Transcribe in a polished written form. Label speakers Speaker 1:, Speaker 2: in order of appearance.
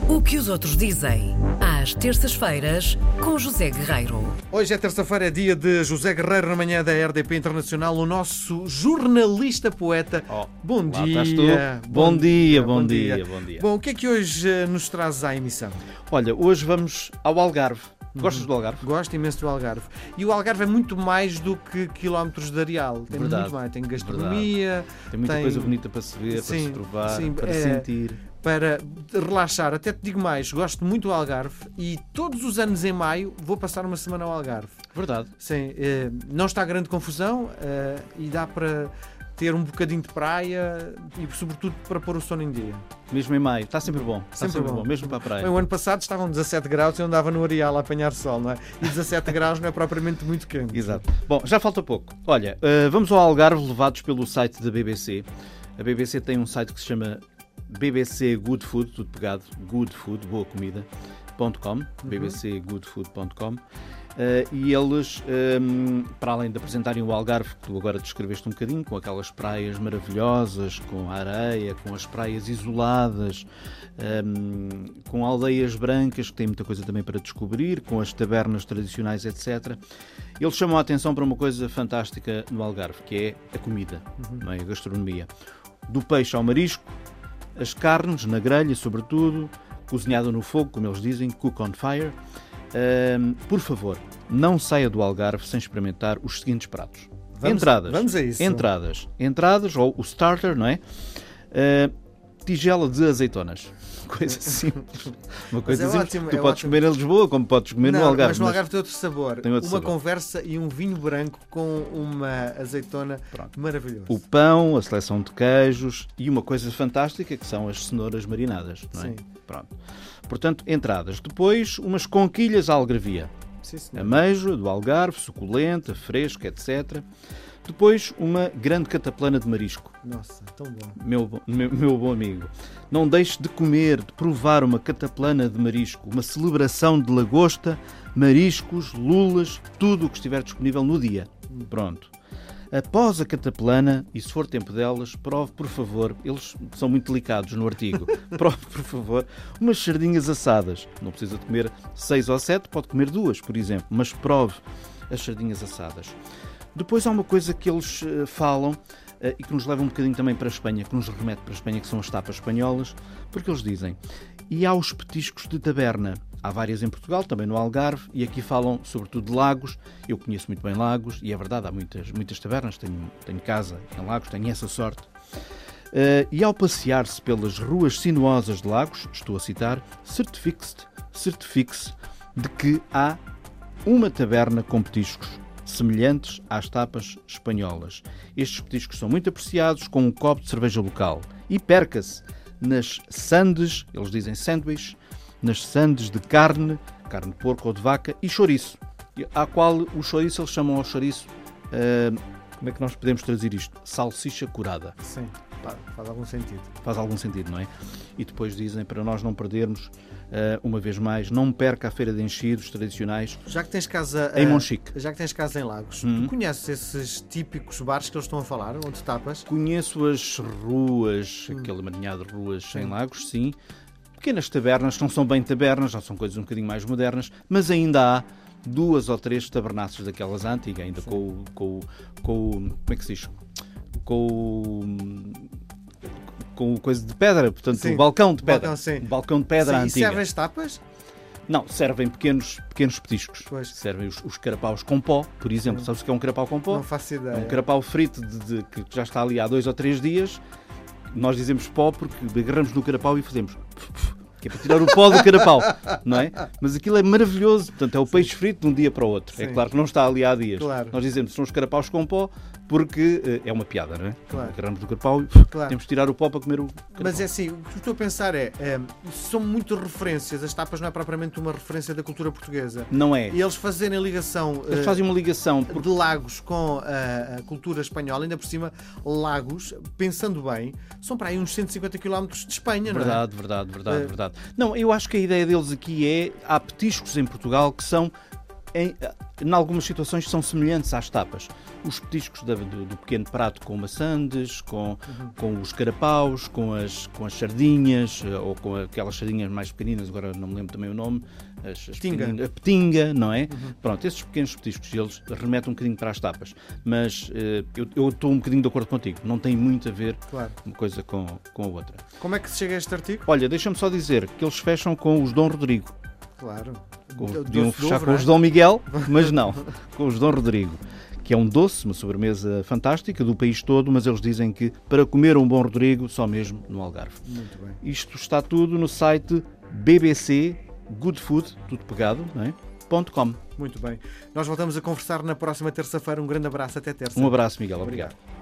Speaker 1: O que os outros dizem, às terças-feiras, com José Guerreiro.
Speaker 2: Hoje é terça-feira, é dia de José Guerreiro na manhã da RDP Internacional, o nosso jornalista poeta. Bom dia.
Speaker 3: Bom dia.
Speaker 2: Bom, o que é que hoje nos traz à emissão?
Speaker 3: Olha, hoje vamos ao Algarve. Gostas do Algarve?
Speaker 2: Gosto imenso do Algarve. E o Algarve é muito mais do que quilómetros de areal. Tem muito mais. Tem gastronomia.
Speaker 3: Tem muita coisa bonita para se ver, para se provar, para sentir.
Speaker 2: Para relaxar, até te digo mais, gosto muito do Algarve e todos os anos em maio vou passar uma semana ao Algarve.
Speaker 3: Verdade.
Speaker 2: Sim, não está grande confusão e dá para ter um bocadinho de praia e sobretudo para pôr o sono em dia.
Speaker 3: Mesmo em maio, está sempre bom. Está sempre bom, mesmo para a praia.
Speaker 2: Bem, o ano passado estavam 17 graus e eu andava no areal a apanhar sol, não é? E 17 graus não é propriamente muito quente.
Speaker 3: Exato. Bom, já falta pouco. Olha, vamos ao Algarve levados pelo site da BBC. A BBC tem um site que se chama BBC Good Food, tudo pegado, Good Food, boa comida.com, bbcgoodfood.com, e eles, para além de apresentarem o Algarve, que tu agora descreveste um bocadinho, com aquelas praias maravilhosas, com a areia, com as praias isoladas, com aldeias brancas, que têm muita coisa também para descobrir, com as tabernas tradicionais, etc. Eles chamam a atenção para uma coisa fantástica no Algarve, que é a comida, não é? A gastronomia. Do peixe ao marisco, as carnes na grelha, sobretudo, cozinhada no fogo, como eles dizem, cook on fire. Por favor, não saia do Algarve sem experimentar os seguintes pratos.
Speaker 2: Vamos a isso.
Speaker 3: Entradas, ou o starter, não é? Tigela de azeitonas. Coisa simples. Uma coisa simples.
Speaker 2: Ótimo,
Speaker 3: tu podes comer em Lisboa, como podes comer no Algarve.
Speaker 2: Mas no Algarve tem outro sabor.
Speaker 3: Tem outro
Speaker 2: uma
Speaker 3: sabor.
Speaker 2: Conversa e um vinho branco com uma azeitona maravilhoso.
Speaker 3: O pão, a seleção de queijos e uma coisa fantástica que são as cenouras marinadas. Não é?
Speaker 2: Sim.
Speaker 3: Pronto. Portanto, entradas. Depois, umas conquilhas à algarvia.
Speaker 2: Sim, senhor.
Speaker 3: Ameijoa do Algarve, suculenta, fresca, etc. Depois, uma grande cataplana de marisco.
Speaker 2: Nossa, tão bom.
Speaker 3: Meu bom amigo. Não deixe de comer, de provar uma cataplana de marisco. Uma celebração de lagosta, mariscos, lulas, tudo o que estiver disponível no dia. Pronto. Após a cataplana, e se for tempo delas, prove, por favor, eles são muito delicados no artigo, prove, por favor, umas sardinhas assadas. Não precisa de comer 6 ou 7, pode comer 2, por exemplo, mas prove as sardinhas assadas. Depois há uma coisa que eles falam e que nos leva um bocadinho também para a Espanha, que nos remete para a Espanha, que são as tapas espanholas, porque eles dizem, e há os petiscos de taberna. Há várias em Portugal, também no Algarve, e aqui falam sobretudo de Lagos. Eu conheço muito bem Lagos, e é verdade, há muitas tabernas, tenho casa em Lagos, tenho essa sorte. E ao passear-se pelas ruas sinuosas de Lagos, estou a citar, certifique-se de que há uma taberna com petiscos semelhantes às tapas espanholas. Estes petiscos são muito apreciados com um copo de cerveja local. E perca-se nas sandes, eles dizem sanduíche, nas sandes de carne de porco ou de vaca e chouriço, à qual o chouriço eles chamam ao chouriço, como é que nós podemos traduzir isto? Salsicha curada.
Speaker 2: Sim, faz algum sentido.
Speaker 3: Faz algum sentido, não é? E depois dizem, para nós não perdermos, uma vez mais, não perca a feira de enchidos tradicionais
Speaker 2: já que tens casa
Speaker 3: em Monchique.
Speaker 2: Já que tens casa em Lagos, tu conheces esses típicos bares que eles estão a falar, onde tapas?
Speaker 3: Conheço as ruas, aquele marinhado de ruas em Lagos, sim. Pequenas tabernas, não são bem tabernas, já são coisas um bocadinho mais modernas, mas ainda há 2 ou 3 tabernaços daquelas antigas, ainda com como é que se diz? Com coisa de pedra, portanto, o balcão de pedra. Balcão de pedra antiga.
Speaker 2: E servem as tapas?
Speaker 3: Não, servem pequenos petiscos.
Speaker 2: Pois.
Speaker 3: Servem os carapaus com pó, por exemplo. Sabes o que é um carapau com pó?
Speaker 2: Não faço ideia.
Speaker 3: É um carapau frito que já está ali há 2 ou 3 dias. Nós dizemos pó porque agarramos no carapau e fazemos... que é para tirar o pó do carapau, não é? Mas aquilo é maravilhoso. Portanto, é o peixe frito de um dia para o outro. Sim. É claro que não está ali há dias.
Speaker 2: Claro.
Speaker 3: Nós dizemos que são os carapaus com pó porque é uma piada, não é?
Speaker 2: Claro.
Speaker 3: Agarramos do carapau e temos de tirar o pó para comer o carapau.
Speaker 2: Mas é assim, o que estou a pensar são muitas referências. As tapas não é propriamente uma referência da cultura portuguesa.
Speaker 3: Não é.
Speaker 2: E eles fazerem ligação...
Speaker 3: Eles fazem uma ligação...
Speaker 2: de Lagos com a cultura espanhola, ainda por cima, Lagos, pensando bem, são para aí uns 150 km de Espanha, não é?
Speaker 3: Verdade. Não, eu acho que a ideia deles aqui há petiscos em Portugal que são Em algumas situações são semelhantes às tapas. Os petiscos do pequeno prato com maçãs, com os carapaus, com as sardinhas, ou com aquelas sardinhas mais pequeninas, agora não me lembro também o nome, a petinga, não é? Pronto, esses pequenos petiscos, eles remetem um bocadinho para as tapas. Mas eu estou um bocadinho de acordo contigo, não tem muito a ver uma coisa com a outra.
Speaker 2: Como é que se chega a este artigo?
Speaker 3: Olha, deixa-me só dizer que eles fecham com os Dom Rodrigo.
Speaker 2: Claro.
Speaker 3: Podiam fechar com os Dom Miguel, mas não, com os Dom Rodrigo, que é um doce, uma sobremesa fantástica do país todo, mas eles dizem que para comer um bom Rodrigo, só mesmo no Algarve.
Speaker 2: Muito bem.
Speaker 3: Isto está tudo no site BBC Good Food, tudo pegado, não é? .com.
Speaker 2: Muito bem. Nós voltamos a conversar na próxima terça-feira. Um grande abraço, até terça.
Speaker 3: Um abraço, Miguel. Obrigado.